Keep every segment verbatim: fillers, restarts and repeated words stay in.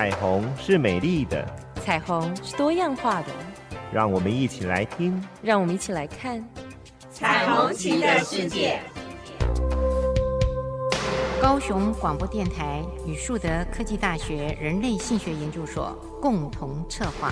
彩虹是美丽的， 彩虹是多样化的， 让我们一起来听， 让我们一起来看彩虹旗的世界。 高雄广播电台与树德科技大学人类性学研究所共同策划。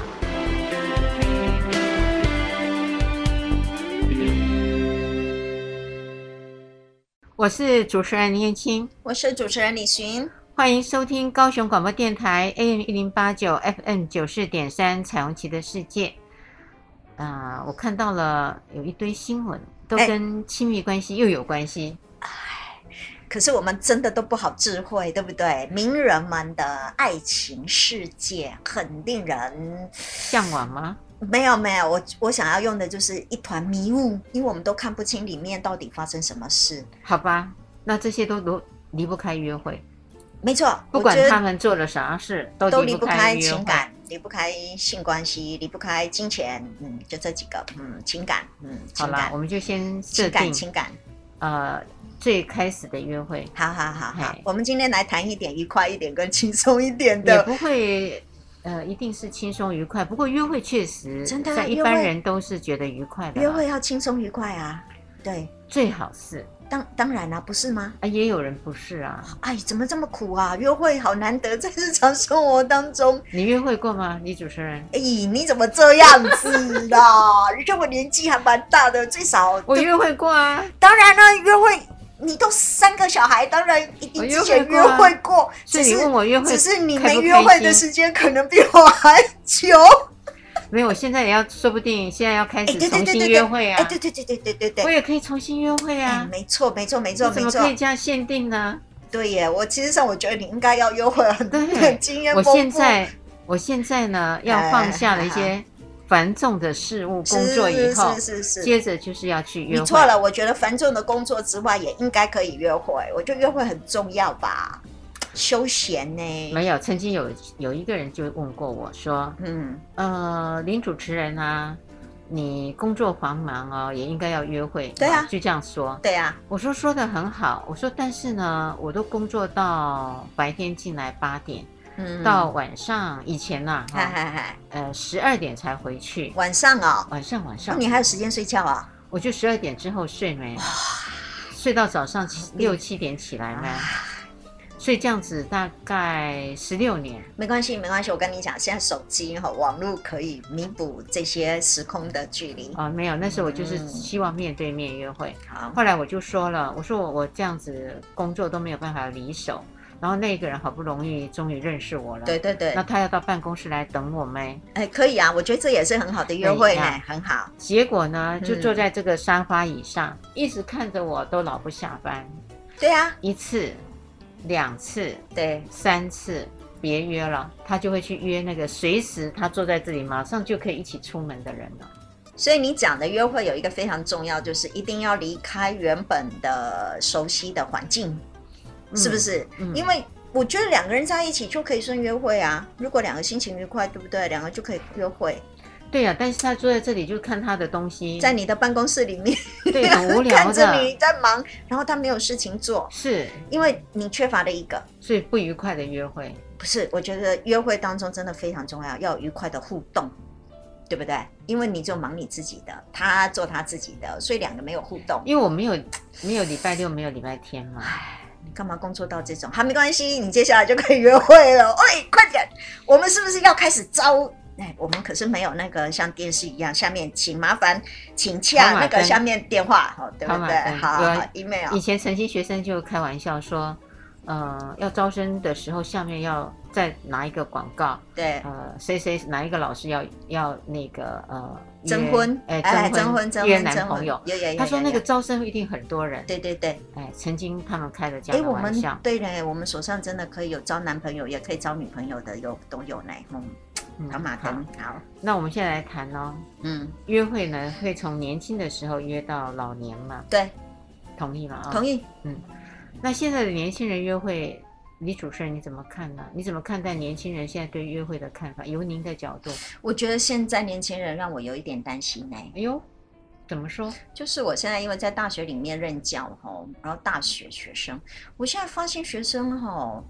我是主持人林燕青， 我是主持人李寻， 欢迎收听高雄广播电台 A M 一零八九 F M 九四点三彩虹旗的世界。啊、呃，我看到了有一堆新闻，都跟亲密关系又有关系。 哎，可是我们真的都不好智慧，对不对？名人们的爱情世界很令人向往吗？ 没有没有，我我想要用的就是一团迷雾，因为我们都看不清里面到底发生什么事。 好吧，那这些都都离不开约会。 没错， 不管他们做了啥事，都都离不开情感，离不开性关系，离不开金钱，嗯，就这几个，嗯，情感，嗯， 好了，我们就先设定情感，情感， 呃，最开始的约会。 好好好好，我们今天来谈一点愉快一点跟轻松一点的， 也不会。呃，一定是轻松愉快。不过约会确实， 真的， 在一般人都是觉得愉快的。 约会要轻松愉快啊，对， 最好是。 当当然啦、啊，不是吗？ 啊，也有人不是啊。 哎，怎么这么苦啊？约会好难得，在日常生活当中。 你约会过吗，李主持人？ 哎，你怎么这样子啦？你看我年纪还蛮大的，最少我约会过啊。 当然了，约会。你都三个小孩，当然一定之前约会过， 所以你问我约会， 只是你没约会的时间可能比我还久。 没有，我现在也要，说不定现在要开始重新约会啊！ 哎，对对对对对对对， 我也可以重新约会啊！ 没错没错没错没错， 怎么可以这样限定呢？ 对耶，我其实上我觉得你应该要约会很很经验丰富。 我现在我现在呢要放下了一些繁重的事务工作以后， 是是是是， 接着就是要去约会。 你错了，我觉得繁重的工作之外，也应该可以约会。我觉得约会很重要吧，休闲呢。 没有，曾经有有一个人就问过我说， 嗯， 呃，林主持人啊，你工作繁忙哦，也应该要约会。 对啊， 就这样说。 对啊， 我说说得很好，我说但是呢，我都工作到白天进来八点。嗯、到晚上以前呐、啊， 嗨嗨呃，十二点才回去。 晚上哦， 晚上晚上， 哦、你还有时间睡觉啊？ 我就十二点之后睡没，睡到早上六七点起来没，所以这样子大概十六年。 没关系没关系，我跟你讲，现在手机和网络可以弥补这些时空的距离。 哦，没有，那时候我就是希望面对面约会。 好、嗯， 后来我就说了，我说我我这样子工作都没有办法离手。然后那个人好不容易终于认识我了， 对对对， 那他要到办公室来等我们， 哎，可以啊，我觉得这也是很好的约会呢，很好。 结果呢，就坐在这个沙发椅上，嗯、一直看着我，都老不下班。 对啊， 一次、两次、 对， 三次，别约了，他就会去约那个随时他坐在这里，马上就可以一起出门的人了。 所以你讲的约会有一个非常重要，就是一定要离开原本的熟悉的环境。是不是、嗯嗯？因为我觉得两个人在一起就可以算约会啊。如果两个心情愉快，对不对？两个就可以约会。 对呀、啊，但是他坐在这里就看他的东西， 在你的办公室里面， 对，很无聊的， 看着你在忙，然后他没有事情做， 是因为你缺乏了一个， 所以不愉快的约会。 不是，我觉得约会当中真的非常重要，要有愉快的互动。对不对？因为你就忙你自己的，他做他自己的，所以两个没有互动。 因为我没有没有礼拜六，没有礼拜天嘛。 你干嘛工作到这种？好，没关系，你接下来就可以约会了。喂，快点，我们是不是要开始招？哎，我们可是没有那个像电视一样，下面请麻烦请洽那个下面电话，哦，对不对？好好好 ，email。 以前曾经学生就开玩笑说，呃，要招生的时候，下面要再拿一个广告， 对， 呃，谁谁哪一个老师要要那个呃征婚， 哎， 征婚，征婚， 约男朋友， 有有有。 他说那个招生一定很多人， 对对对， 哎，曾经他们开了这样的玩笑。 对嘞，我们手上真的可以有招男朋友，也可以招女朋友的，有都有呢，嗯，跑马灯。好， 那我们现在来谈哦，嗯，约会呢会从年轻的时候约到老年嘛？ 对， 同意了啊？ 同意， 嗯。那现在的年轻人约会，李主持人你怎么看呢？你怎么看待年轻人现在对约会的看法？由您的角度， 我觉得现在年轻人让我有一点担心呢。 哎呦，怎么说？ 就是我现在因为在大学里面任教哈，然后大学学生，我现在发现学生哈，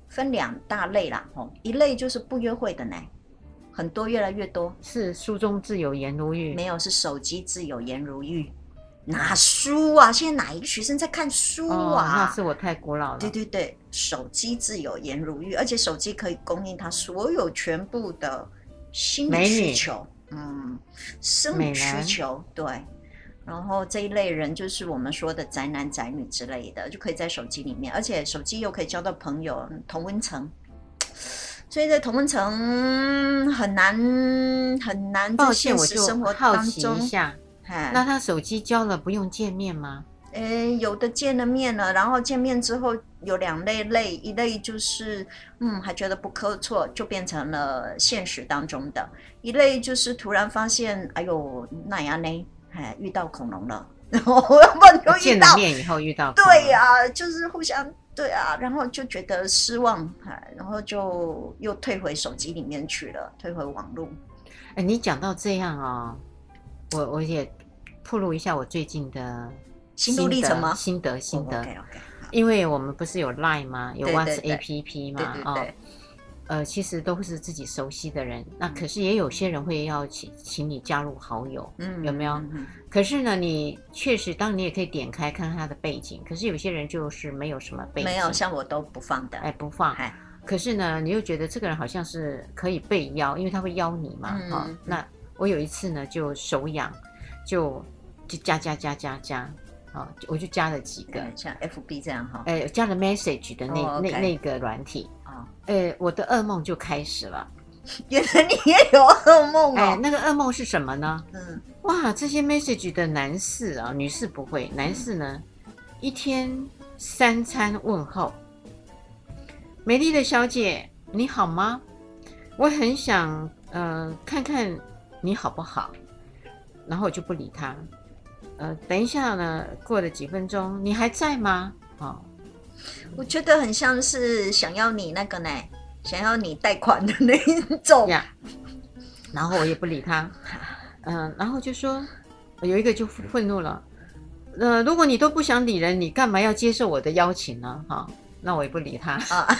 分两大类啦，哦，一类就是不约会的呢，很多越来越多。 是书中自有颜如玉， 没有，是手机自有颜如玉。哪书啊？现在哪一个学生在看书啊？ 哦、那是我太古老了。 对对对，手机自有颜如玉，而且手机可以供应他所有全部的心理需求，嗯，生理需求，对。然后这一类人就是我们说的宅男宅女之类的，就可以在手机里面，而且手机又可以交到朋友，同温层。所以在同温层很难很难在现实生活当中。 抱歉，我就好奇一下，那他手机交了不用见面吗？ 诶，有的见了面了，然后见面之后有两类类，一类就是嗯还觉得不可错，就变成了现实当中的；一类就是突然发现，哎呦那样呢，哎遇到恐龙了，然后要不然就遇到见了面以后遇到恐龙， 对呀、啊，就是互相对啊，然后就觉得失望，哎，然后就又退回手机里面去了，退回网络。 哎，你讲到这样哦，我我也透露一下我最近的心路历程吗？ 心得心得， oh, okay, okay, 因为我们不是有 Line 吗？有 WhatsApp 嘛， 对对对， 哦，呃，其实都是自己熟悉的人，那可是也有些人会要请请你加入好友，嗯，有没有？嗯嗯、可是呢，你确实，当然你也可以点开看看他的背景，可是有些人就是没有什么背景， 没有，像我都不放的， 哎，不放。可是呢，你又觉得这个人好像是可以被邀，因为他会邀你嘛，嗯、哦，那我有一次呢，就手痒，就就加加加加加。哦、我就加了几个， 像 F B 这样哈， 哎、欸，加了 message 的那、 oh, okay. 那那个软体，啊、哦，哎、欸，我的噩梦就开始了。 原来你也有噩梦哦。 哎、欸，那个噩梦是什么呢？嗯，哇，这些 message 的男士啊，女士不会，男士呢，一天三餐问候。美丽的小姐，你好吗？我很想呃看看你好不好，然后我就不理他。呃，等一下呢，过了几分钟，你还在吗？哦， 我觉得很像是想要你那个呢，想要你贷款的那一种。 Yeah. 然后我也不理他，嗯、呃，然后就说有一个就愤怒了，呃，如果你都不想理人，你干嘛要接受我的邀请呢？哈、哦，那我也不理他。啊，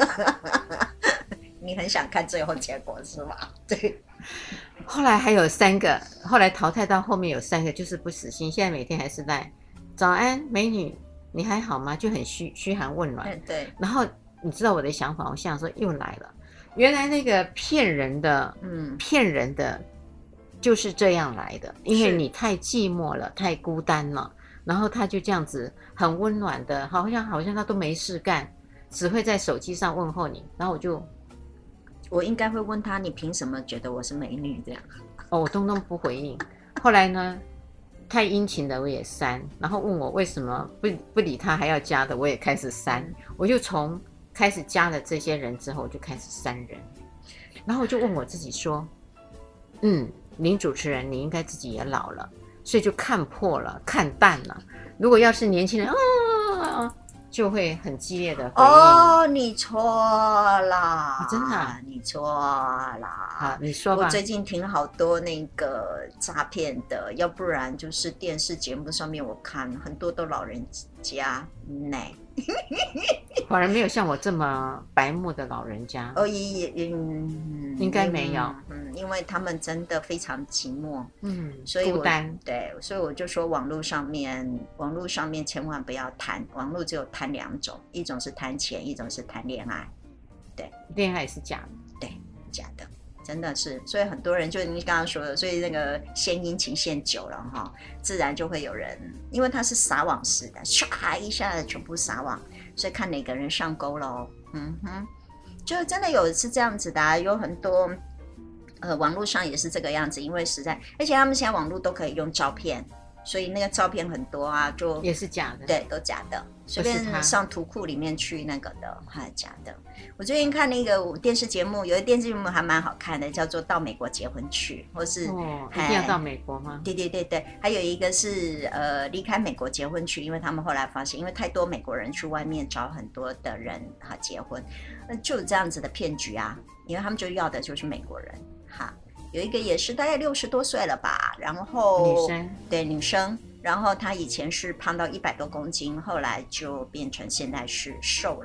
你很想看最后结果是吗？对。 后来还有三个，后来淘汰到后面有三个就是不死心，现在每天还是在早安美女，你还好吗？就很嘘嘘寒问暖。 对对。 然后你知道我的想法，我想说又来了，原来那个骗人的，嗯，骗人的就是这样来的，因为你太寂寞了，太孤单了，然后他就这样子很温暖的，好像好像他都没事干，只会在手机上问候你，然后我就。 我应该会问他，你凭什么觉得我是美女这样？ 哦，我通通不回应。后来呢，太殷勤的我也删，然后问我为什么不不理他还要加的，我也开始删。我就从开始加了这些人之后，我就开始删人。然后我就问我自己说，嗯，林主持人，你应该自己也老了，所以就看破了，看淡了。如果要是年轻人，啊。就会很激烈的回应。 哦，你错了、 啊，真的、啊， 你错了。 好，你说吧。 我最近听好多那个诈骗的，要不然就是电视节目上面我看很多都老人家奶。 反而没有像我这么白目的老人家。 哦，也嗯， 应该没有。 嗯，因为他们真的非常寂寞， 嗯， 所以孤单。 对，所以我就说网络上面，网络上面千万不要谈，网络只有谈两种，一种是谈钱，一种是谈恋爱。对， 恋爱是假的。 对，假的。真的是，所以很多人就你刚刚说的，所以那个献殷勤献久了哈，自然就会有人，因为他是撒网式的，唰一下子全部撒网，所以看哪个人上钩喽。嗯哼，就真的有是这样子的、啊，有很多呃网络上也是这个样子，因为实在，而且他们现在网络都可以用照片，所以那个照片很多啊，就也是假的， 对，都假的，随便上图库里面去那个的，还假的。我最近看那个电视节目，有一电视节目还蛮好看的，叫做《到美国结婚去》，或是哦，一定要到美国吗？ 对对对对，还有一个是呃离开美国结婚去，因为他们后来发现，因为太多美国人去外面找很多的人哈结婚，那就有这样子的骗局啊，因为他们就要的就是美国人哈。有一个也是大概六十多岁了吧，然后女生对女生，然后她以前是胖到一百多公斤，后来就变成现在是瘦了。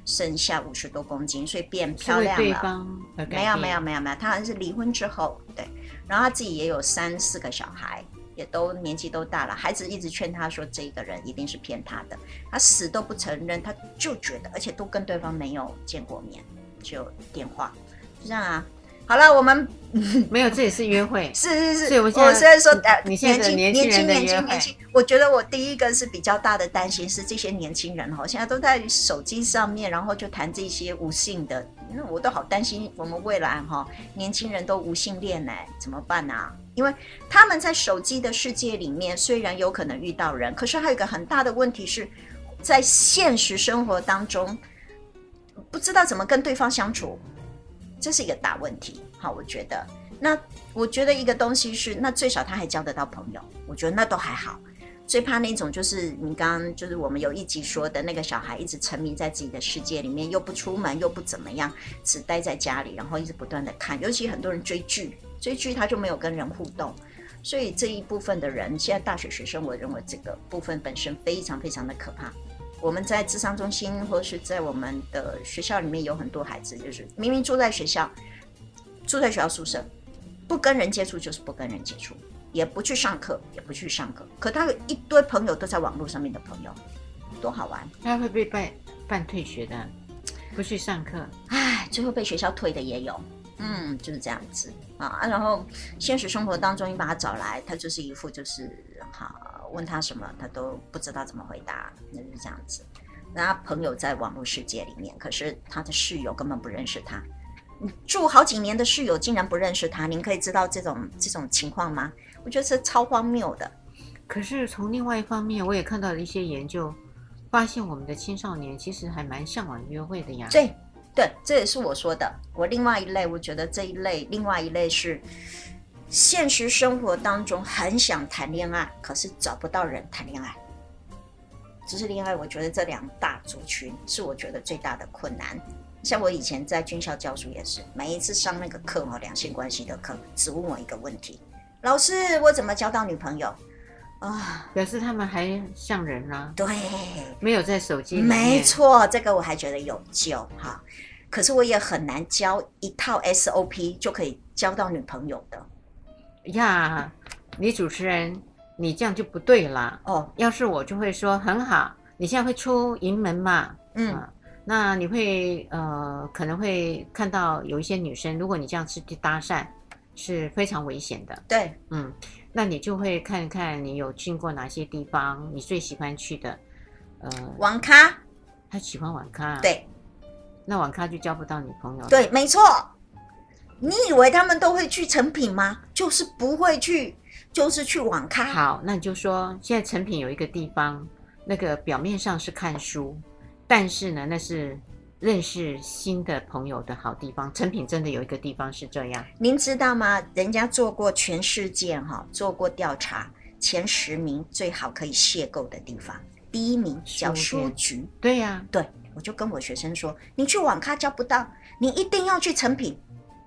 剩下五十多公斤，所以变漂亮了。 是为对方而改变？ 没有没有没有没有，他好像是离婚之后，对，然后他自己也有三四个小孩，也都年纪都大了，孩子一直劝他说这个人一定是骗他的，他死都不承认，他就觉得，而且都跟对方没有见过面，只有电话，就这样啊。好了，我们没有，这也是约会。 是是是， 所以我现在我现在说，呃， 你现在的年年轻人的年约会轻年轻，我觉得我第一个是比较大的担心是这些年轻人哈，现在都在手机上面，然后就谈这些无性的，那我都好担心我们未来哈，年轻人都无性恋哎，怎么办啊？因为他们在手机的世界里面，虽然有可能遇到人，可是还有一个很大的问题是在现实生活当中不知道怎么跟对方相处，这是一个大问题。好，我觉得，那我觉得一个东西是，那最少他还交得到朋友，我觉得那都还好。最怕那种就是你刚刚就是我们有一集说的那个小孩一直沉迷在自己的世界里面，又不出门又不怎么样，只待在家里，然后一直不断的看。尤其很多人追剧，追剧他就没有跟人互动，所以这一部分的人，现在大学学生，我认为这个部分本身非常非常的可怕。我们在諮商中心或是在我们的学校里面有很多孩子，就是明明住在学校。住在学校宿舍，不跟人接触就是不跟人接触，也不去上课，也不去上课。可他有一堆朋友都在网络上面的朋友，多好玩！ 他会被办办退学的，不去上课， 唉，最后被学校退的也有，嗯，就是这样子啊。然后现实生活当中，你把他找来，他就是一副就是好，问他什么他都不知道怎么回答，那就是这样子。那他朋友在网络世界里面，可是他的室友根本不认识他。住好几年的室友竟然不认识他，您可以知道这种这种情况吗？我觉得是超荒谬的。 可是从另外一方面，我也看到了一些研究，发现我们的青少年其实还蛮向往约会的呀。 对对，这也是我说的。我另外一类，我觉得这一类，另外一类是现实生活当中很想谈恋爱，可是找不到人谈恋爱。只是恋爱，我觉得这两大族群是我觉得最大的困难。像我以前在军校教书也是，每一次上那个课哦，两性关系的课，只问我一个问题：老师，我怎么交到女朋友？啊， 表示他们还像人啊， 对， 没有在手机里面。 没错，这个我还觉得有救哈。可是我也很难教一套 S O P 就可以交到女朋友的呀。女主持人，你这样就不对啦。 哦， 要是我就会说很好，你现在会出营门嘛？嗯。啊，那你会呃可能会看到有一些女生，如果你这样去搭讪，是非常危险的。 对， 嗯，那你就会看看你有去过哪些地方，你最喜欢去的，呃， 网咖， 他喜欢网咖， 对， 那网咖就交不到女朋友。 对，没错。你以为他们都会去诚品吗？就是不会去，就是去网咖。 好，那你就说现在诚品有一个地方，那个表面上是看书。但是呢，那是认识新的朋友的好地方。诚品真的有一个地方是这样， 您知道吗？人家做过全世界哈，做过调查，前十名最好可以邂逅的地方，第一名叫书局。 对呀、啊， 对，我就跟我学生说，你去网咖交不到，你一定要去诚品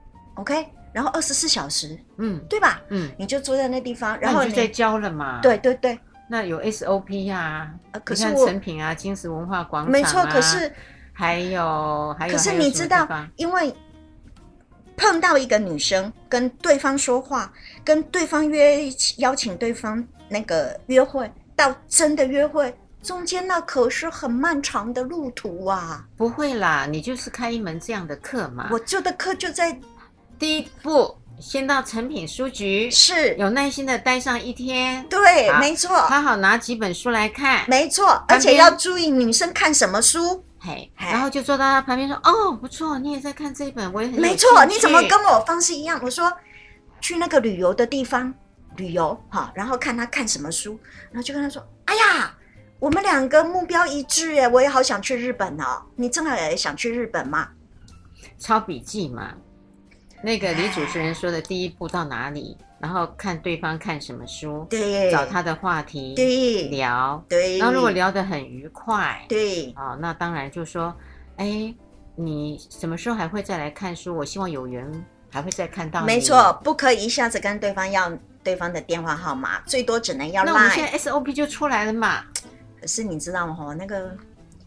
，OK？ 然后二十四小时，嗯，对吧？嗯，你就坐在那地方，然后你, 你就在交了嘛。 对对对。 那有 S O P 呀、啊呃，可是你看诚品啊，金石文化广场、啊， 没错。可是还有还有， 可是你知道，因为碰到一个女生，跟对方说话，跟对方约邀请对方那个约会，到真的约会，中间那可是很漫长的路途啊。 不会啦，你就是开一门这样的课嘛。 我做的课就在第一步。先到诚品书局， 是有耐心的待上一天， 对，没错， 好好拿几本书来看， 没错，而且要注意女生看什么书， 嘿，然后就坐到他旁边说，哦，不错，你也在看这本，我也很有兴趣。 没错，你怎么跟我方式一样？我说去那个旅游的地方旅游，好，然后看他看什么书，然后就跟他说，哎呀，我们两个目标一致耶，我也好想去日本哦，你正好也想去日本嘛？ 抄笔记嘛。那个李主持人说的第一步到哪里，然后看对方看什么书， 对， 找他的话题， 对， 聊， 对， 然后如果聊得很愉快， 对， 哦，那当然就说，哎，你什么时候还会再来看书？我希望有缘还会再看到你。 没错，不可以一下子跟对方要对方的电话号码，最多只能要 Line。 那我们现在 S O P 就出来了嘛。 可是你知道吗？那个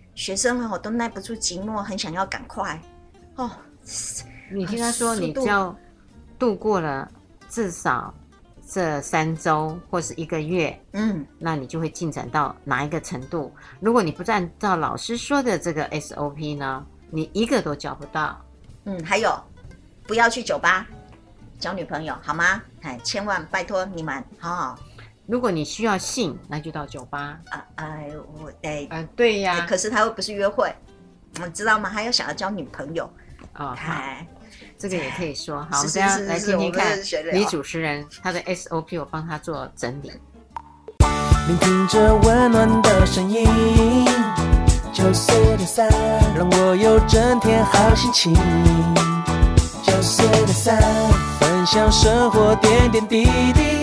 学生哦都耐不住寂寞，很想要赶快哦。 你听他说，你只要度过了至少这三周或是一个月，嗯，那你就会进展到哪一个程度？如果你不按照老师说的这个 S O P 呢，你一个都交不到。 嗯，还有不要去酒吧交女朋友，好吗？哎，千万拜托你们，好好。 如果你需要性，那就到酒吧。 啊，哎，我哎， 啊，对呀、 哎。可是他又不是约会，你知道吗？他又想要交女朋友。 哦， 哎， 这个也可以说。好，我们大家来听听看女主持人她的 S O P， 我帮她做整理。 聆听着温暖的声音，九四点三，让我有整天好心情。九四点三，分享生活点点滴滴，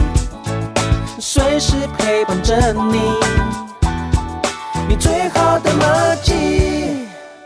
随时陪伴着你，你最好的默契。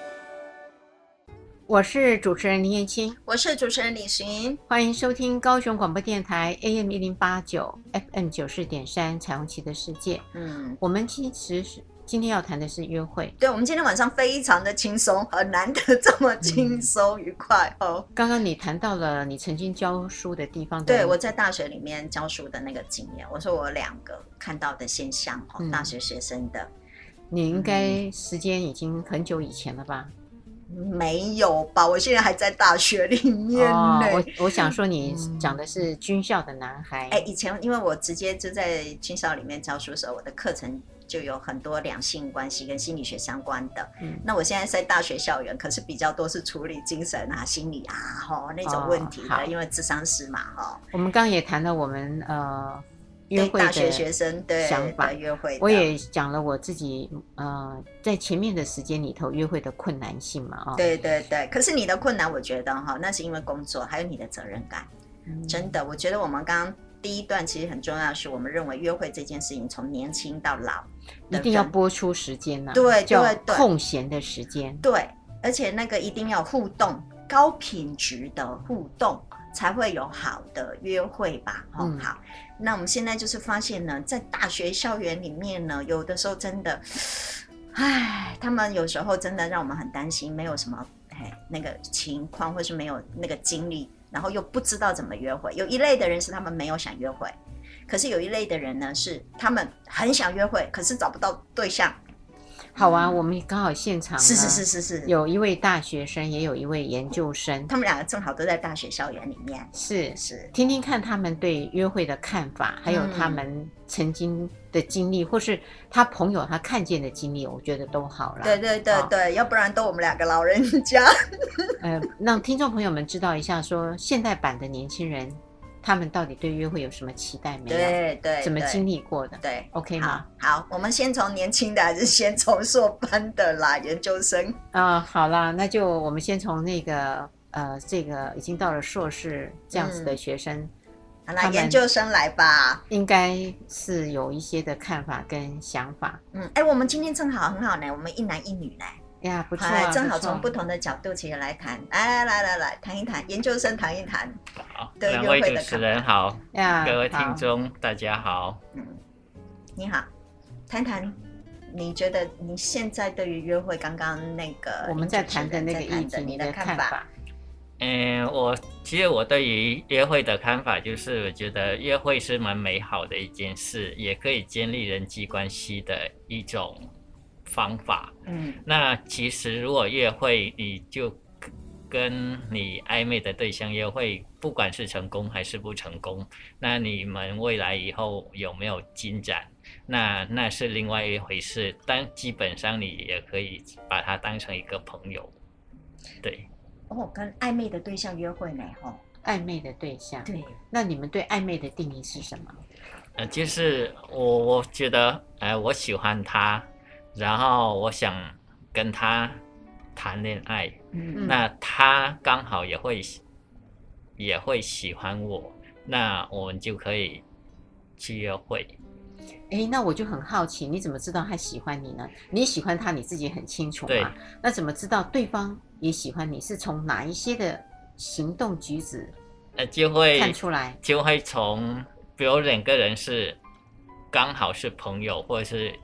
我是主持人林燕青， 我是主持人李寻， 欢迎收听高雄广播电台 A M 一零八九 F M 九四点三彩虹旗的世界。嗯，我们其实是今天要谈的是约会。 对，我们今天晚上非常的轻松，很难得这么轻松愉快哦。 刚刚你谈到了你曾经教书的地方的， 对，我在大学里面教书的那个经验，我说我两个看到的现象哦， 嗯、 大学学生的。 你应该时间已经很久以前了吧？ 没有吧，我现在还在大学里面呢。 哦、我我想说你讲的是军校的男孩。 哎、嗯，以前因为我直接就在军校里面教书的时候，我的课程就有很多两性关系跟心理学相关的。嗯，那我现在在大学校园，可是比较多是处理精神啊、心理啊吼那种问题的，哦、因为諮商師嘛哈。 我们刚刚也谈了我们呃。约会的大学学生对想法， 约会我也讲了我自己呃在前面的时间里头约会的困难性嘛，哦， 对对对。可是你的困难，我觉得哈，那是因为工作，还有你的责任感。嗯、真的，我觉得我们刚刚第一段其实很重要的是，我们认为约会这件事情从年轻到老， 一定要播出时间呢、啊， 对叫空闲的时间， 对，而且那个一定要互动，高品质的互动。才会有好的约会吧，哦、嗯，好，那我们现在就是发现呢，在大学校园里面呢，有的时候真的，唉，他们有时候真的让我们很担心，没有什么哎那个情况，或是没有那个经历，然后又不知道怎么约会。有一类的人是他们没有想约会，可是有一类的人呢，是他们很想约会，可是找不到对象。 好啊，我们刚好现场是是是是是， 有一位大学生，也有一位研究生， 他们两个正好都在大学校园里面， 是是， 听听看他们对约会的看法，还有他们曾经的经历，嗯、或是他朋友他看见的经历，我觉得都好了。 对对对对，哦、要不然都我们两个老人家。 呃，让听众朋友们知道一下说，说现代版的年轻人。他们到底对约会有什么期待没有？ 对对， 怎么经历过的？ 对 ，OK 吗？ 好，好，我们先从年轻的，还是先从硕班的啦？研究生啊、呃，好啦，那就我们先从那个呃，这个已经到了硕士这样子的学生，嗯、 好啦，研究生来吧， 应该是有一些的看法跟想法。 嗯，哎，我们今天正好很好呢，我们一男一女呢。 呀，不错、啊， 正好从不同的角度其实来谈，来来来来谈一谈，研究生谈一谈。 好，两位主持人好，各位听众大家好。 嗯，你好，谈谈你觉得你现在对于约会刚刚那个我们在谈的那个议题， 你的看法？ 嗯，我其实我对于约会的看法就是，我觉得约会是蛮美好的一件事，也可以建立人际关系的一种方法。嗯，那其实如果约会，你就跟你暧昧的对象约会，不管是成功还是不成功，那你们未来以后有没有进展，那那是另外一回事。但基本上你也可以把它当成一个朋友。对。 哦，跟暧昧的对象约会呢？哦， 暧昧的对象。 对。 那你们对暧昧的定义是什么？ 呃，就是我我觉得，呃，我喜欢他。然后我想跟他谈恋爱，嗯，那他刚好也会也会喜欢我，那我们就可以去约会。 哎，那我就很好奇，你怎么知道他喜欢你呢？你喜欢他，你自己很清楚嘛？那怎么知道对方也喜欢你？是从哪一些的行动举止， 呃，就会看出来？ 就会从，比如两个人是刚好是朋友，或者是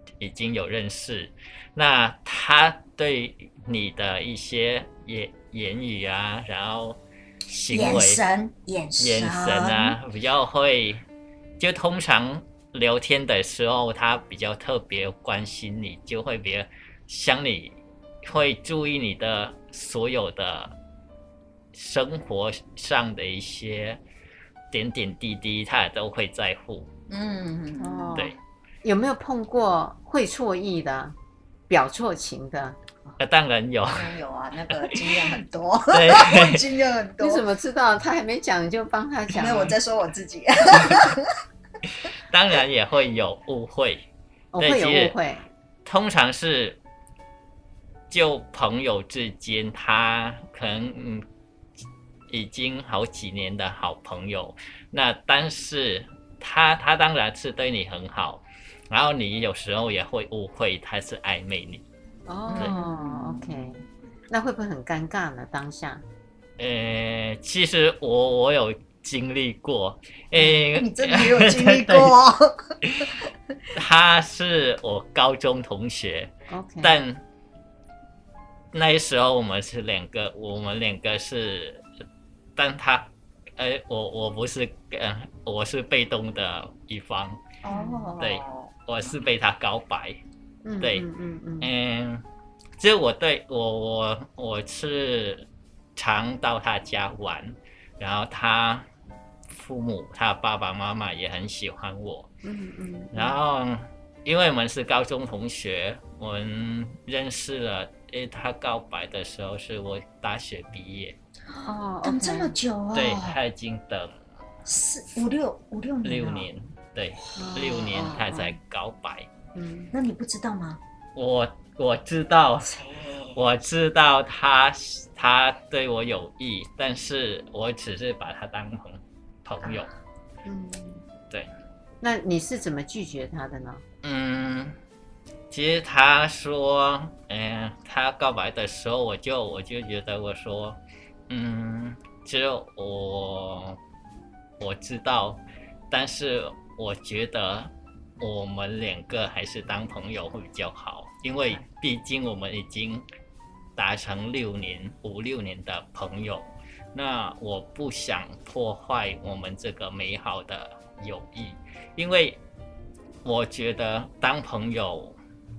已经有认识，那他对你的一些言言语啊，然后行为、 眼神、眼神、 眼神啊，比较会，就通常聊天的时候，他比较特别关心你，就会比较像你会注意你的所有的生活上的一些点点滴滴，他也都会在乎。 嗯， 哦， 对， 有没有碰过会错意的、表错情的？ 呃，当然有。 当然有啊，那个经验很多， 对我经验很多。 你怎么知道他还没讲你就帮他讲？ 没有，我在说我自己。 当然也会有误会，对我会有其实误会。 通常是就朋友之间，他可能嗯已经好几年的好朋友，那但是他他当然是对你很好，然后你有时候也会误会他是暧昧你。 哦 ，OK， 那会不会很尴尬呢？当下？ 呃，其实我我有经历过，呃， 你真的没有经历过哦。 他是我高中同学， OK， 但那时候我们是两个，我们两个是，但他，呃，我我不是，呃，我是被动的一方， 哦， 对，我是被他告白， 嗯对嗯嗯嗯， 嗯，就是我对我我我是常到他家玩，然后他父母他爸爸妈妈也很喜欢我， 嗯嗯， 然后因为我们是高中同学，我们认识了。诶，他告白的时候是我大学毕业， 哦， 等这么久哦。 对，他已经等四五六五六年了。 六年，对，六年他才告白。 嗯， 那你不知道吗？ 我我知道，我知道他他对我有意，但是我只是把他当朋朋友。 嗯， 对。 那你是怎么拒绝他的呢？ 嗯。其实他说，嗯、呃，他告白的时候，我就我就觉得我说，嗯，其实我我知道，但是我觉得我们两个还是当朋友会比较好，因为毕竟我们已经达成六年五六年的朋友，那我不想破坏我们这个美好的友谊，因为我觉得当朋友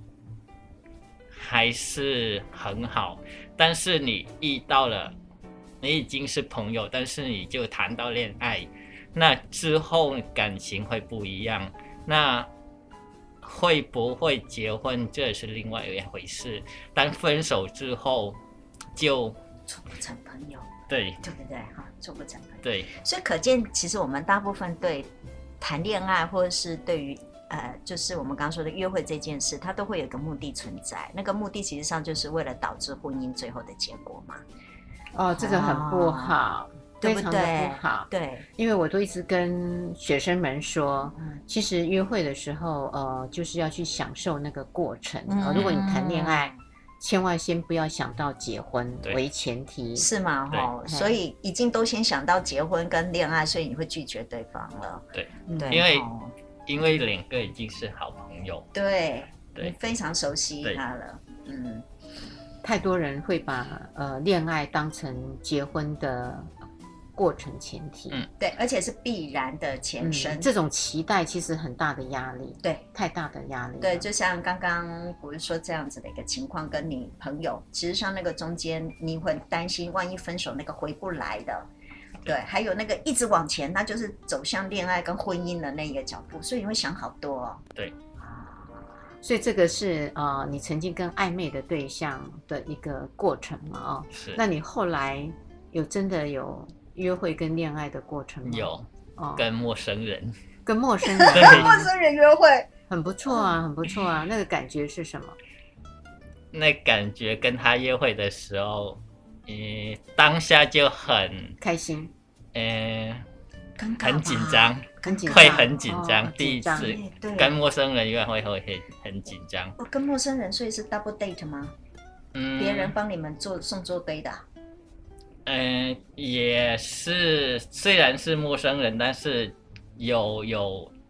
还是很好，但是你遇到了，你已经是朋友，但是你就谈到恋爱，那之后感情会不一样，那会不会结婚这是另外一回事，但分手之后就做不成朋友， 对对不对？哈，做不成朋友。 对， 所以可见，其实我们大部分对谈恋爱，或者是对于呃，就是我们刚刚说的约会这件事，它都会有一个目的存在。那个目的其实上就是为了导致婚姻最后的结果嘛。 哦，这个很不好， 对不非常的对不好。 对， 因为我都一直跟学生们说， 嗯其实约会的时候，呃，就是要去享受那个过程。 嗯呃如果你谈恋爱，千万先不要想到结婚对为前提。 是嘛？哈，所以已经都先想到结婚跟恋爱，所以你会拒绝对方了。 对， 对， 因为哦因为两个已经是好朋友， 对， 对你非常熟悉对他了。嗯， 太多人会把呃恋爱当成结婚的过程前提。 嗯对，而且是必然的前身。 嗯这种期待其实很大的压力， 对。 太大的压力了。 对，就像刚刚不是说这样子的一个情况，跟你朋友，其实上那个中间你会担心，万一分手那个回不来的，对，还有那个一直往前，那就是走向恋爱跟婚姻的那一个脚步，所以你会想好多哦。 对， 所以这个是呃你曾经跟暧昧的对象的一个过程嘛？哦， 是那你后来有真的有约会跟恋爱的过程吗？ 有哦， 跟陌生人， 跟陌生人对陌生人约会， 很不错啊，很不错啊。那个感觉是什么？ 那感觉跟他约会的时候，呃，当下就很开心， 呃尴尬吧很紧张， 很紧张， 会很紧张， 哦第一紧张次对对跟陌生人约会会很很紧张。 哦，跟陌生人，所以是 double date 吗？ 嗯， 别人帮你们做送桌堆的啊、 嗯、也是，虽然是陌生人，但是有有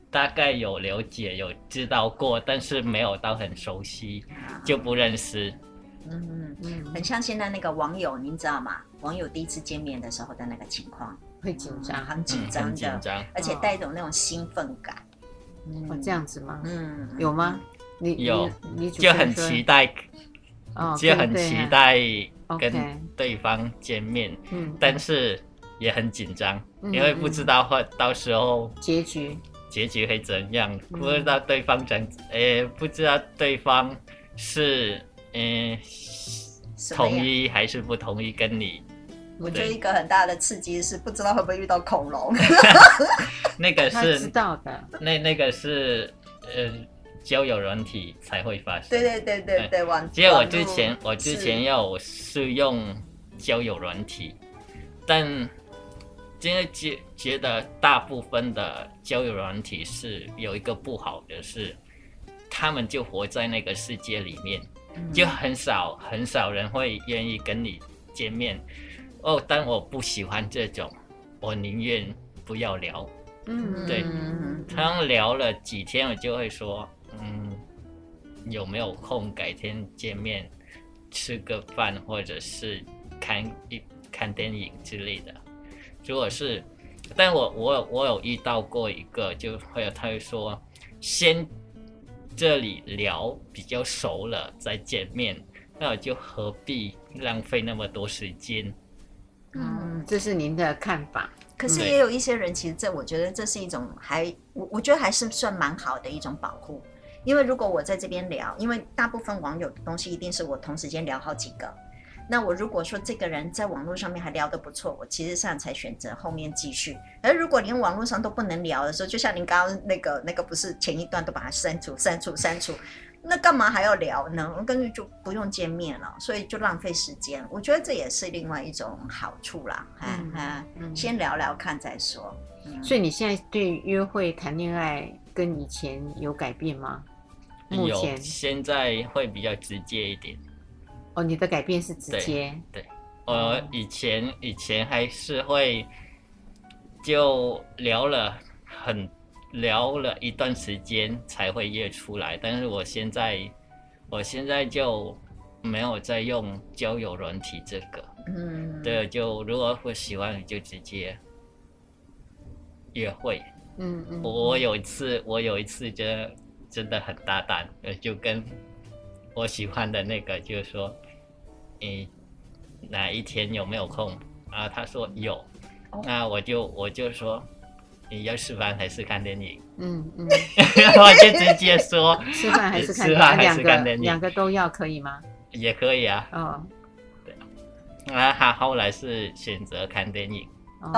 大概有了解，有知道过，但是没有到很熟悉，就不认识。 嗯嗯， 很像现在那个网友，您知道吗？网友第一次见面的时候的那个情况， 会紧张， 很紧嗯， 张的， 很紧张， 而且带一种那种兴奋感。 哦，这样子吗？ 嗯， 有吗？你有， 你你主持就很人说期待， 哦， 就很对期待 ，OK 跟对方见面， 嗯， 但是也很紧张， 嗯因为不知道会到时候结局， 结局会怎样， 嗯不知道对方怎，呃，不知道对方是嗯、 什么样同意还是不同意跟你。 我觉得一个很大的刺激是不知道会不会遇到恐龙。 那个他知是道的， 那那个是呃交友软体才会发生。 对对对对对，网。 其实我网络之前我之前要是用交友软体，但因为觉觉得大部分的交友软体是有一个不好的是，他们就活在那个世界里面， 嗯就很少很少人会愿意跟你见面。哦，但我不喜欢这种，我宁愿不要聊。 嗯， 对嗯他们聊了几天，我就会说，嗯，有没有空改天见面，吃个饭，或者是看一看电影之类的。如果是，但我我有我有遇到过一个，就会有他会说，先这里聊比较熟了再见面，那我就何必浪费那么多时间？ 嗯，这是您的看法， 可是也有一些人，其实这我觉得这是一种还我我觉得还是算蛮好的一种保护，因为如果我在这边聊，因为大部分网友的东西一定是我同时间聊好几个，那我如果说这个人在网络上面还聊得不错，我其实上才选择后面继续。而如果连网络上都不能聊的时候，就像您刚刚那个那个不是前一段都把它删除删除删除，那干嘛还要聊呢？我干脆就不用见面了，所以就浪费时间。我觉得这也是另外一种好处啦。嗯嗯嗯、先聊聊看再说。嗯、 所以你现在对约会谈恋爱跟以前有改变吗？目有， 前现在会比较直接一点。 哦，你的改变是直接， 对，我以前以前还是会就聊了很聊了一段时间才会约出来，但是我现在我现在就没有在用交友软体这个， 嗯， 对，就如果我喜欢就直接约会。 嗯嗯， 我有一次我有一次真的真的很大胆，就跟我喜欢的那个就是说，你哪一天有没有空啊？他说有， 哦、 那我就我就说你要吃饭还是看电影？ 嗯嗯， 我就直接说吃饭还是看吃饭还两个是看电影？ 两个都要可以吗？ 也可以啊。 哦啊，他后来是选择看电影。 哦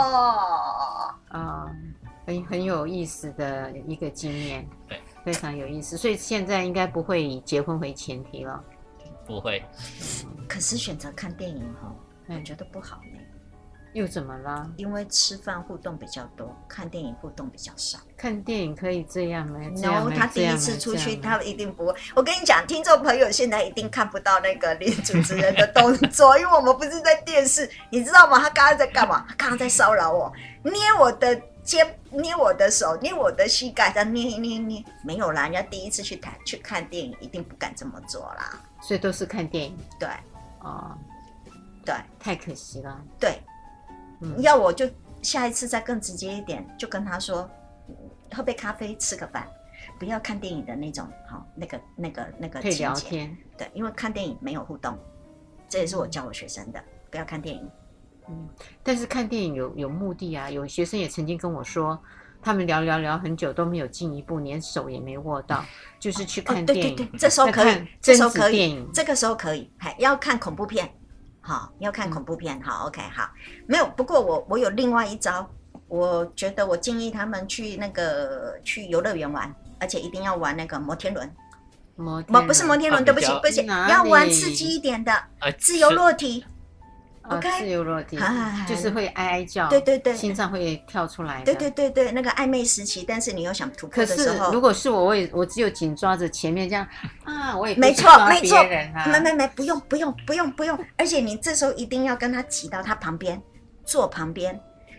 哦，很很有意思的一个经验， 对， 非常有意思。所以现在应该不会以结婚为前提了。 不会， 可是选择看电影哈， 嗯我觉得不好呢。 又怎么了？ 因为吃饭互动比较多，看电影互动比较少。 看电影可以这样吗？这样 no， 吗他第一这样吗次出去， 这样吗他一定不会。我跟你讲，听众朋友现在一定看不到那个林主持人的动作，因为我们不是在电视，你知道吗？他刚刚在干嘛？他刚刚在骚扰我，捏我的肩，捏我的手，捏我的膝盖，他捏捏捏。没有啦，人家第一次去谈去看电影，一定不敢这么做啦。 所以都是看电影对哦， 对太可惜了。 对， 嗯要我就下一次再更直接一点，就跟他说，喝杯咖啡，吃个饭，不要看电影的那种，好，那个那个那个可以情节。 聊天， 对，因为看电影没有互动，这也是我教我学生的，不要看电影。 嗯，但是看电影有有目的啊。有学生也曾经跟我说，他们聊聊聊很久都没有进一步，连手也没握到，就是去看电影。 哦、对对对，这时候可以在看， 这时候可以电影， 这个时候可以，还要看恐怖片，好，要看恐怖片，好 ，OK， 好，没有。不过我我有另外一招，我觉得我建议他们去那个去游乐园玩，而且一定要玩那个摩天轮。 摩不不是摩天轮， 啊对不起比较不起， 哪里要玩刺激一点的， 啊， 自由落体。 啊 OK 自由落体哎， 就是会哀哀叫， 对对对心脏会跳出来的。 对对对对，那个暧昧时期，但是你又想突破可是的时候， 如果是我，我也我只有紧抓着前面这样啊，我也不没是抓错没错别人啊， 没没没，不用不用不用不用，而且你这时候一定要跟他挤到他旁边，坐旁边，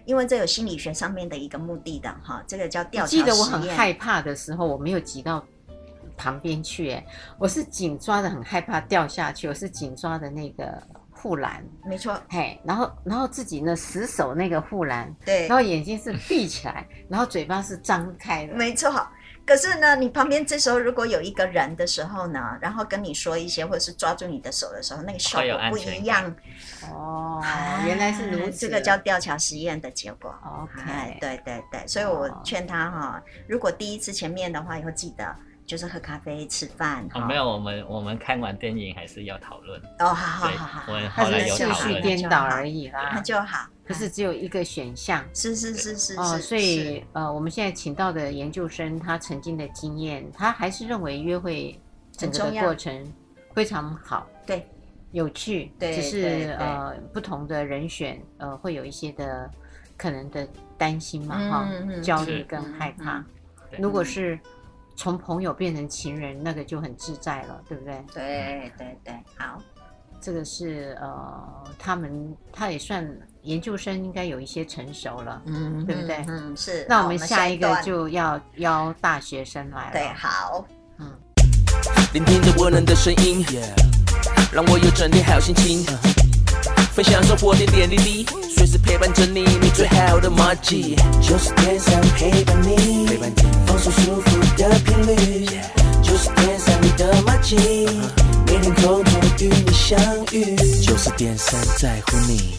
因为这有心理学上面的一个目的的哈，这个叫吊桥实验。 记得我很害怕的时候，我没有挤到旁边去，哎，我是紧抓的，很害怕掉下去，我是紧抓的那个护栏， 没错， 嘿，然后然后自己呢死守那个护栏， 对， 然后眼睛是闭起来，然后嘴巴是张开的， 没错。可是呢，你旁边这时候如果有一个人的时候呢，然后跟你说一些，或者是抓住你的手的时候，那个效果不一样。 哦，原来是如此， 这个叫吊桥实验的结果。 OK， 哎，对对对，所以我劝他哈，如果第一次见面的话，以后记得就是喝咖啡、吃饭。 哦，没有，我们我们看完电影还是要讨论。 哦，好好好好， 我们后来有讨论， 顺序颠倒而已啦， 那就好。 可是只有一个选项， 是是是是哦， 是， 所以呃，我们现在请到的研究生，他曾经的经验，他还是认为约会整个的过程非常好， 对， 有趣， 对， 只是呃不同的人选呃会有一些的可能的担心嘛，哈、嗯，焦虑跟害怕。嗯嗯、如果是从朋友变成情人，那个就很自在了，对不对？ 对对对，好。 这个是呃，他们他也算研究生，应该有一些成熟了，嗯，对不对？ 嗯，是。 那我们下一个就要邀大学生来了。 对，好。 嗯。聆听着温暖的声音， yeah, 让我有整天好心情。分享生活点点滴滴，随时陪伴着你，你最好的默契。九十点三陪伴你，陪伴你，放松舒服的频率。九十点三你的默契。每天空中与你相遇，九十点三在乎你。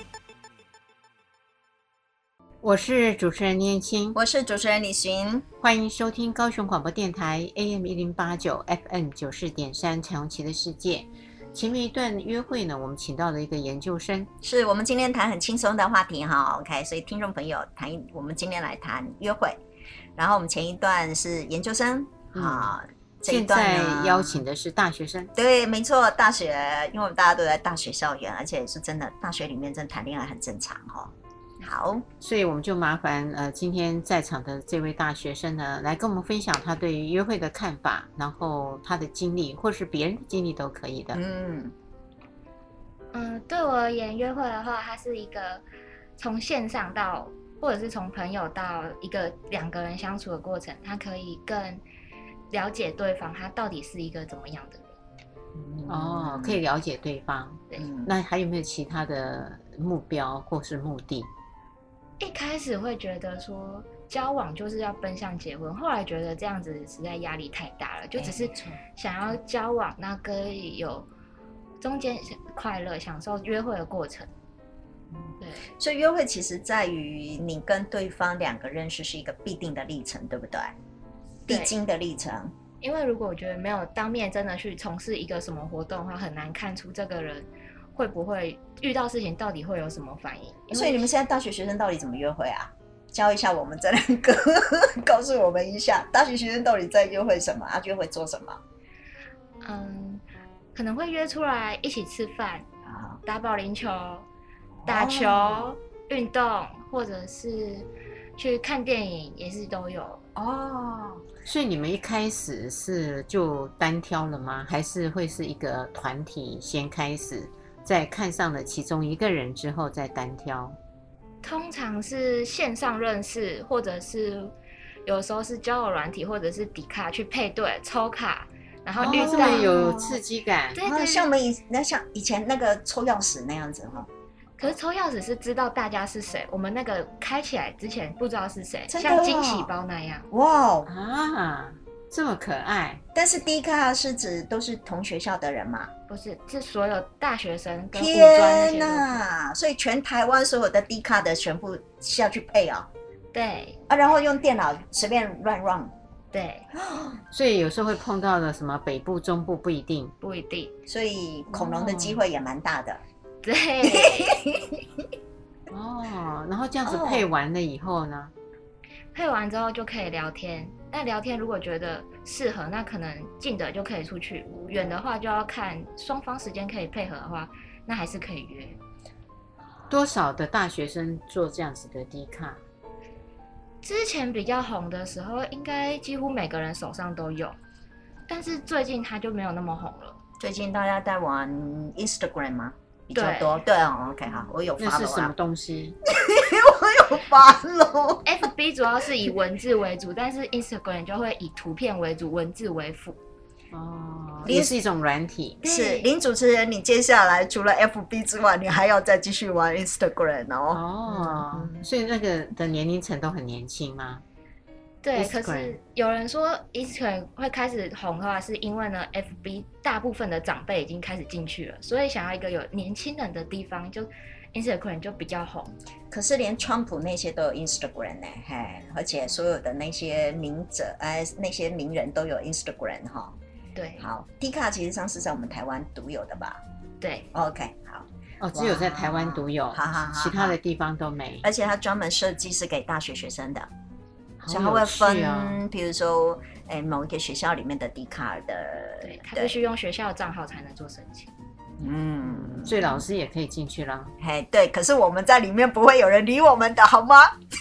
我是主持人倪燕青， 我是主持人李寻， 欢迎收听高雄广播电台 A M 一零八九 F M 九四点三彩虹旗的世界。前面一段约会呢，我们请到了一个研究生， 是我们今天谈很轻松的话题哈 ，OK， 所以听众朋友谈，我们今天来谈约会，然后我们前一段是研究生啊。嗯， 现在邀请的是大学生， 对，没错，大学，因为我们大家都在大学校园，而且也是真的，大学里面真的谈恋爱很正常哦。好， 所以我们就麻烦呃，今天在场的这位大学生呢，来跟我们分享他对于约会的看法，然后他的经历，或是别人的经历都可以的。 嗯嗯，对我而言，约会的话，它是一个从线上到，或者是从朋友到一个两个人相处的过程，它可以更了解对方他到底是一个怎么样的人。 哦，可以了解对方。 对， 那还有没有其他的目标或是目的？ 一开始会觉得说交往就是要奔向结婚，后来觉得这样子实在压力太大了，就只是想要交往，那可以有中间快乐，享受约会的过程。对， 所以约会其实在于你跟对方两个认识是一个必定的历程，对不对？必经的历程。 因为如果我觉得没有当面真的去从事一个什么活动的话，很难看出这个人会不会遇到事情到底会有什么反应。 所以你们现在大学学生到底怎么约会啊？教一下我们这两个，告诉我们一下，大学学生到底在约会什么啊？约会做什么？ 嗯，可能会约出来一起吃饭，打保龄球、打球、哦、运动，或者是去看电影，也是都有哦。 所以你们一开始是就单挑了吗？还是会是一个团体先开始，再看上了其中一个人之后再单挑？ 通常是线上认识，或者是有时候是交友软体，或者是迪卡去配对抽卡，然后遇到、 哦、这么有刺激感。 对对， 像我们以那像以前那个抽钥匙那样子哈。 可是抽钥匙是知道大家是谁，我们那个开起来之前不知道是谁， 哦、 像惊喜包那样。 哇啊，这么可爱！ 但是D卡是指都是同学校的人吗？ 不是，是所有大学生跟五专那些。 天哪！所以全台湾所有的 D卡的全部下去配哦。 对啊，然后用电脑随便乱 run。 对， 所以有时候会碰到的什么北部、中部不一定， 不一定， 所以恐龙的机会也蛮大的。 对， 哦，然后这样子配完了以后呢？ 配完之后就可以聊天。那聊天如果觉得适合，那可能近的就可以出去；远的话就要看双方时间可以配合的话，那还是可以约。 多少的大学生做这样子的 D 卡？ 之前比较红的时候，应该几乎每个人手上都有，但是最近它就没有那么红了。 最近大家在玩 Instagram 吗？比较多，对哦 ，OK 好，我有发了。 那是什么东西？ 有烦哦。 F B 主要是以文字为主，但是 Instagram 就会以图片为主，文字为辅。 哦，也是一种软体。 是林主持人，你接下来除了 F B 之外，你还要再继续玩 Instagram 哦。 哦，嗯、所以那个的年龄层都很年轻吗？ 对，可是有人说 Instagram 会开始红的话，是因为呢 F B 大部分的长辈已经开始进去了，所以想要一个有年轻人的地方，就 Instagram 就比较红。 可是连川普那些都有 Instagram 呢，嘿，而且所有的那些名者，哎，那些名人都有 Instagram 哈。 对， 好 ，D 卡其实上是在我们台湾独有的吧？ 对 ，OK， 好。 哦，只有在台湾独有， 好好好， 其他的地方都没。 而且它专门设计是给大学学生的，所以它好有会趣啊分，比如说，哎，某一个学校里面的 D 卡的， 对，他必须用学校的账号才能做申请。 嗯， 所以老师也可以进去啦。 嘿，对，可是我们在里面不会有人理我们的，好吗？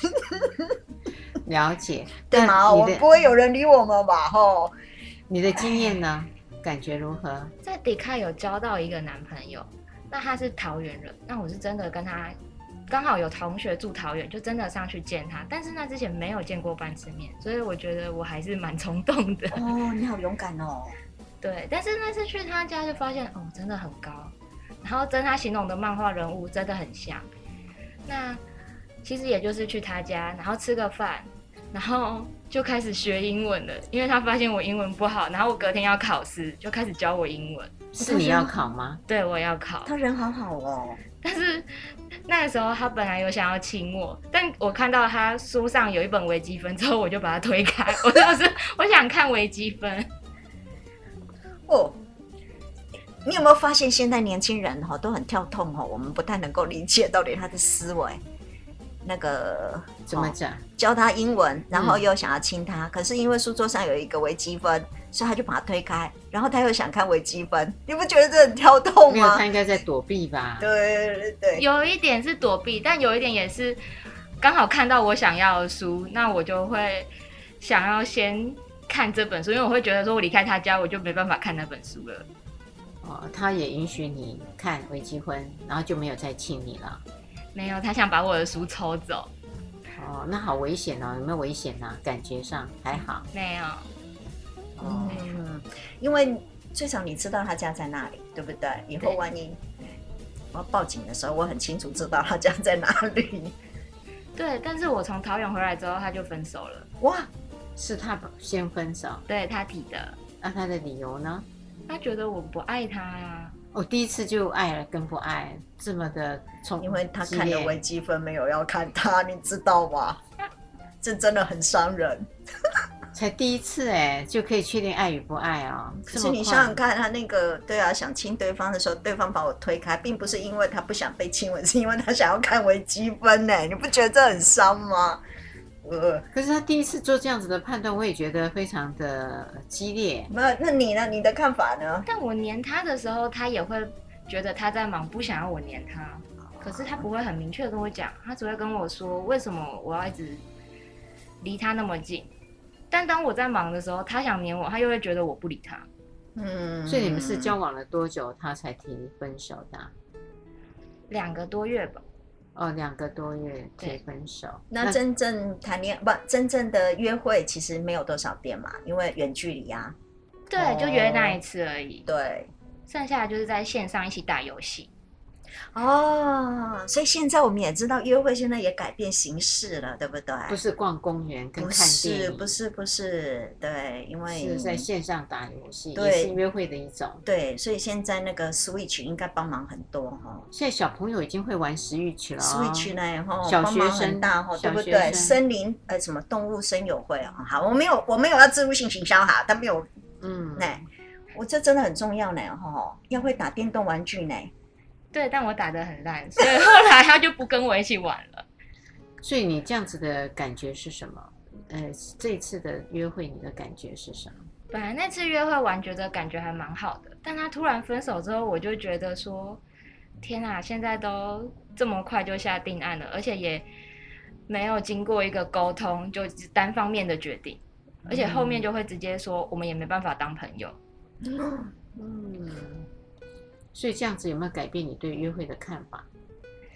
了解， 对吗？我们不会有人理我们吧？吼。 你的经验呢？感觉如何？ 在迪卡有交到一个男朋友，那他是桃园人，那我是真的跟他刚好有同学住桃园，就真的上去见他，但是那之前没有见过半次面，所以我觉得我还是蛮冲动的。 哦，你好勇敢哦。 对，但是那次去他家就发现，哦，真的很高，然后跟他形容的漫画人物真的很像。那其实也就是去他家，然后吃个饭，然后就开始学英文了，因为他发现我英文不好，然后我隔天要考试，就开始教我英文。 是你要考吗？ 对，我要考。 他人好好哦。 但是那个时候他本来有想要亲我，但我看到他书上有一本微积分之后，我就把他推开。我就是我想看微积分。 哦，你有没有发现现在年轻人哈都很跳痛哈？我们不太能够理解到底他的思维。那个怎么讲？ 教他英文，然后又想要亲他，嗯、可是因为书桌上有一个微积分，所以他就把他推开，然后他又想看微积分，你不觉得这很跳痛吗？ 没有，他应该在躲避吧？ 对对对， 有一点是躲避，但有一点也是刚好看到我想要的书，那我就会想要先看这本书，因为我会觉得说我离开他家，我就没办法看那本书了。 哦，他也允许你看微积分，然后就没有再亲你了。 没有，他想把我的书抽走。 哦，那好危险哦！有没有危险啊？感觉上还好。 没有。 哦，嗯，因为最少你知道他家在哪里，对不对？以后万一我要报警的时候，我很清楚知道他家在哪里。 对，但是我从桃园回来之后，他就分手了。 哇， 是他先分手？ 对，他提的。 那他的理由呢？ 他觉得我不爱他呀。 我、哦、第一次就爱了跟不爱这么的冲， 因为他看的微积分没有要看他，你知道吗？这真的很伤人。 才第一次哎，就可以确定爱与不爱哦。 可是你想想看，他那个对啊，想亲对方的时候，对方把我推开，并不是因为他不想被亲吻，是因为他想要看微积分呢。你不觉得这很伤吗？ 呃，可是他第一次做这样子的判断，我也觉得非常的激烈。 那那你呢？你的看法呢？ 但我黏他的时候，他也会觉得他在忙，不想要我黏他。可是他不会很明确的跟我讲，他只会跟我说为什么我要一直离他那么近。但当我在忙的时候，他想黏我，他又会觉得我不理他。 嗯， 所以你们是交往了多久，他才提分手的？ 两个多月吧。 哦，两个多月提分手。 那真正谈恋爱不真正的约会其实没有多少遍嘛，因为远距离啊。 对，哦、就约那一次而已。 对， 剩下的就是在线上一起打游戏。 哦，所以现在我们也知道约会现在也改变形式了，对不对？ 不是逛公园跟看电影， 不是不是不是，对，因为是在线上打游戏， 对， 也是约会的一种。 对，所以现在那个 Switch 应该帮忙很多哈。 现在小朋友已经会玩 Switch 了、哦、 ，Switch 呢，哈， 小学生很大哈，对不对？森林呃什么动物森友会啊，好，我没有我没有要置入性行销哈，但没有，嗯，那我这真的很重要呢哈，要会打电动玩具呢。 对，但我打得很烂，所以后来他就不跟我一起玩了。 所以你这样子的感觉是什么？呃，这一次的约会你的感觉是什么？ 本来那次约会完觉得感觉还蛮好的，但他突然分手之后，我就觉得说，天啊，现在都这么快就下定案了，而且也没有经过一个沟通，就单方面的决定，而且后面就会直接说我们也没办法当朋友。 嗯。所以这样子有没有改变你对约会的看法？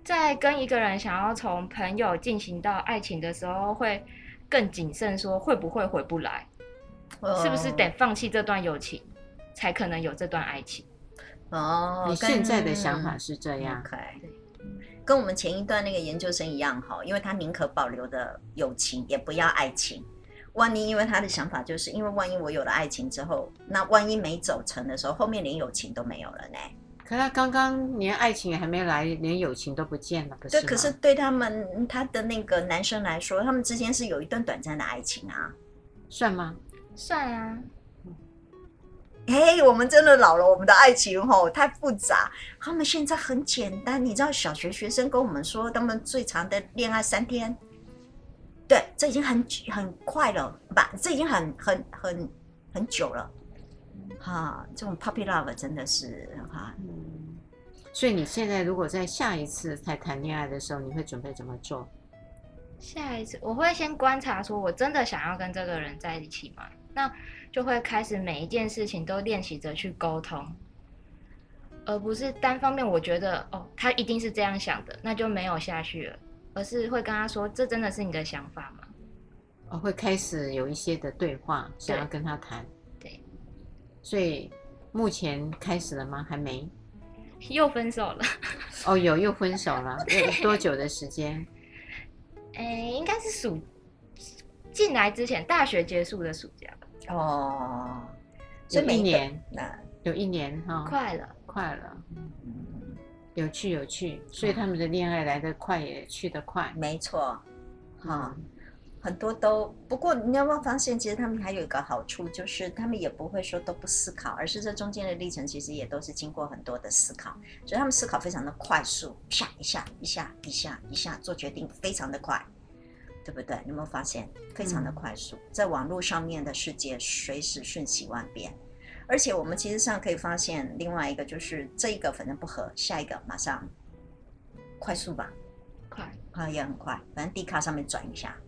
在跟一个人想要从朋友进行到爱情的时候，会更谨慎，说会不会回不来， 哦、 是不是得放弃这段友情，才可能有这段爱情？ 哦， 你现在的想法是这样。 OK，跟我们前一段那个研究生一样哈，因为他宁可保留的友情，也不要爱情。万一因为他的想法就是，因为万一我有了爱情之后，那万一没走成的时候，后面连友情都没有了呢？ 可他刚刚连爱情也还没来，连友情都不见了，不是吗？ 对，可是对他们他的那个男生来说，他们之间是有一段短暂的爱情啊， 算吗？ 算啊。 哎，我们真的老了，我们的爱情吼太复杂。他们现在很简单，你知道小学学生跟我们说，他们最长的恋爱三天，对，这已经很很快了吧？这已经很很很很久了，哈，这种 puppy love 真的是哈。 嗯，所以你现在如果在下一次在谈恋爱的时候，你会准备怎么做？ 下一次我会先观察，说我真的想要跟这个人在一起吗？那就会开始每一件事情都练习着去沟通，而不是单方面我觉得哦他一定是这样想的，那就没有下去了，而是会跟他说这真的是你的想法吗？ 哦，会开始有一些的对话，想要跟他谈。 对， 所以目前开始了吗？还没。 又分手了。 哦，有又分手了，有多久的时间？ 哎，应该是暑进来之前，大学结束的暑假吧。 哦， 有一年， 那有一年哈、哦， 快了， 快了，嗯，有趣有趣，所以他们的恋爱来得快，也去得快， 没错，哈、嗯，很多都。不过你有没有发现，其实他们还有一个好处，就是他们也不会说都不思考，而是这中间的历程其实也都是经过很多的思考，所以他们思考非常的快速，一下一下一下一下一下做决定，非常的快。对不对？你有没有发现非常的快速？嗯、在网络上面的世界，随时瞬息万变。而且我们其实上可以发现，另外一个就是这一个反正不合，下一个马上快速吧， 快啊也很快，反正 D 卡上面转一下。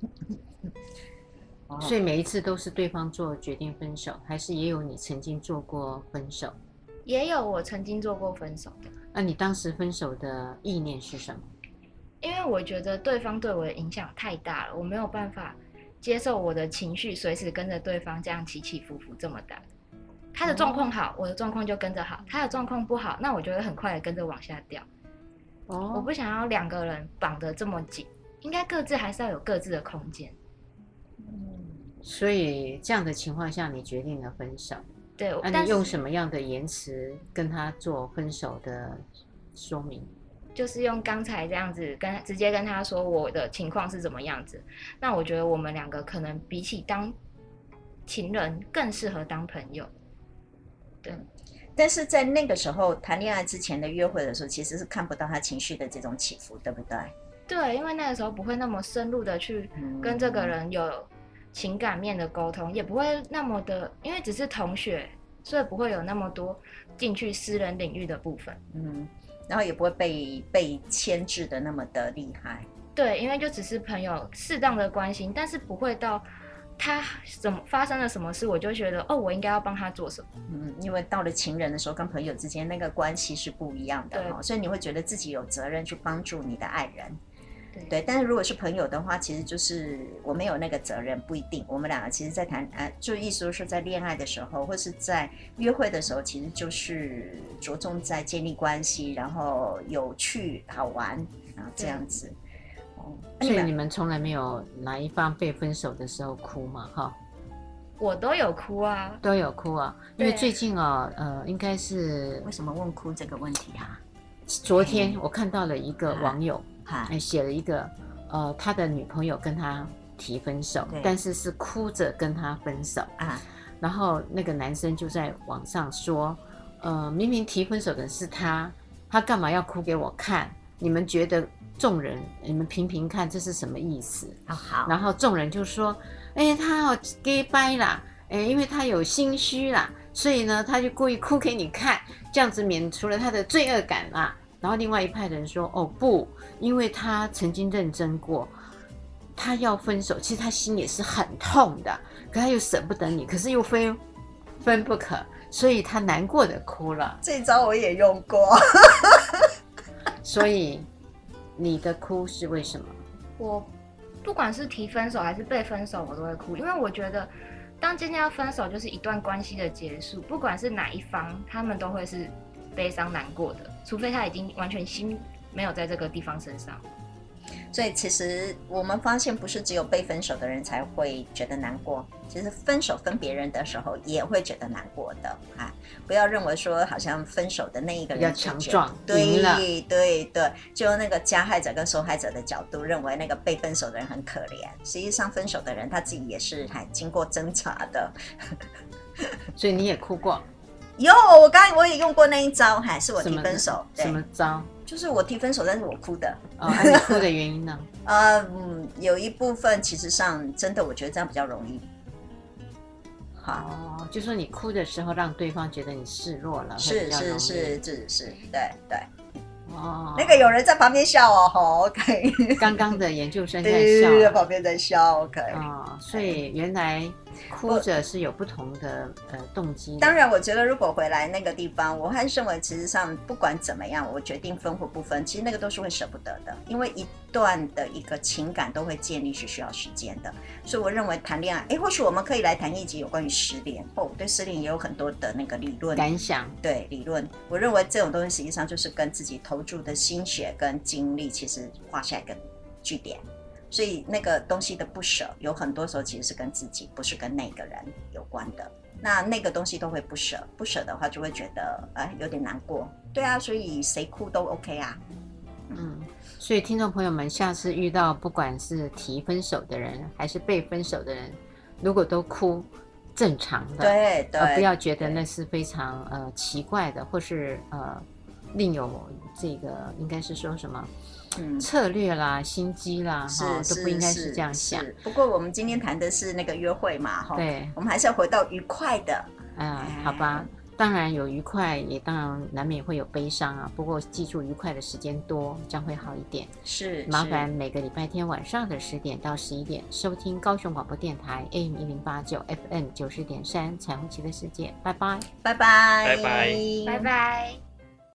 哦、所以每一次都是对方做决定分手，还是也有你曾经做过分手？ 也有我曾经做过分手的。 那你当时分手的意念是什么？ 因为我觉得对方对我的影响太大了，我没有办法接受我的情绪随时跟着对方这样起起伏伏这么大。他的状况好，哦、我的状况就跟着好；他的状况不好，那我就会很快的跟着往下掉。哦，我不想要两个人绑得这么紧，应该各自还是要有各自的空间。 嗯，所以这样的情况下，你决定了分手。 对， 那、啊、你用什么样的言辞跟他做分手的说明？ 就是用刚才这样子跟直接跟他说我的情况是怎么样子，那我觉得我们两个可能比起当情人更适合当朋友。对， 但是在那个时候谈恋爱之前的约会的时候，其实是看不到他情绪的这种起伏，对不对？ 对，因为那个时候不会那么深入的去跟这个人有情感面的沟通，也不会那么的，因为只是同学，所以不会有那么多进去私人领域的部分。 嗯。然后也不会被被牵制的那么的厉害， 对，因为就只是朋友适当的关心，但是不会到他怎么发生了什么事，我就觉得哦，我应该要帮他做什么。 嗯，因为到了情人的时候，跟朋友之间那个关系是不一样的哈、哦，所以你会觉得自己有责任去帮助你的爱人。对, 对，但是如果是朋友的话，其实就是我没有那个责任，不一定。我们两个其实在谈，呃，就意思是在恋爱的时候，或是在约会的时候，其实就是着重在建立关系，然后有趣好玩啊这样子。 哦，所以你们从来没有哪一方被分手的时候哭嘛？哈， 我都有哭啊， 都有哭啊。因为最近哦，呃，应该是为什么问哭这个问题啊？ 昨天我看到了一个网友。 哎， 写了一个，呃，他的女朋友跟他提分手，但是是哭着跟他分手啊。然后那个男生就在网上说，呃，明明提分手的是他，他干嘛要哭给我看？你们觉得众人，你们评评看这是什么意思？ 哦、好。 然后众人就说，哎，他哦 gay 掰啦，哎，因为他有心虚啦，所以呢，他就故意哭给你看，这样子免除了他的罪恶感啦。然后另外一派的人说，哦不，因为他曾经认真过，他要分手，其实他心也是很痛的，可他又舍不得你，可是又非分不可，所以他难过的哭了。 这招我也用过。 所以你的哭是为什么？ 我不管是提分手还是被分手，我都会哭，因为我觉得当今天要分手，就是一段关系的结束，不管是哪一方，他们都会是悲伤难过的，除非他已经完全心没有在这个地方身上。 所以其实我们发现，不是只有被分手的人才会觉得难过，其实分手分别人的时候也会觉得难过的啊！不要认为说好像分手的那一个人比较强壮，赢了， 对对对，就那个加害者跟受害者的角度，认为那个被分手的人很可怜，实际上分手的人他自己也是还经过挣扎的。 所以你也哭过？ 有，我刚才我也用过那一招，还是我提分手。 什么招？ 就是我提分手，但是我哭的。 哦，那、啊、你哭的原因呢？ 呃，嗯，有一部分其实上真的，我觉得这样比较容易。 好，哦，就说你哭的时候，让对方觉得你示弱了， 是是是是是，对对。 哦， 那个有人在旁边笑哦，好 OK。 刚刚的研究生在笑， 对，旁边在笑 ，OK。 哦，所以原来哭着是有不同的呃动机。 当然，我觉得如果回来那个地方，我还是认为，其实上不管怎么样，我决定分或不分，其实那个都是会舍不得的，因为一段的一个情感都会建立是需要时间的。所以我认为谈恋爱，哎，或许我们可以来谈一集有关于失恋。哦，对失恋也有很多的那个理论感想， 对理论。我认为这种东西实际上就是跟自己投注的心血跟精力，其实画下一个句点。所以那个东西的不舍，有很多时候其实是跟自己，不是跟那个人有关的。那那个东西都会不舍，不舍的话就会觉得哎有点难过。对啊，所以谁哭都 OK 啊。 嗯，所以听众朋友们，下次遇到不管是提分手的人还是被分手的人，如果都哭，正常的， 对对， 呃，不要觉得那是非常呃奇怪的，或是呃另有这个应该是说什么。嗯、策略啦、心机啦，哈，都不应该是这样想。 不过我们今天谈的是那个约会嘛，哈， 对， 我们还是要回到愉快的。 嗯、呃，好吧，当然有愉快，也当然难免会有悲伤啊。不过记住，愉快的时间多，这样会好一点。 是， 麻烦每个礼拜天晚上的十点到十一点收听高雄广播电台 A M 一零八九 F M 九十点三彩虹旗的世界。拜拜， 拜拜， 拜拜， 拜拜。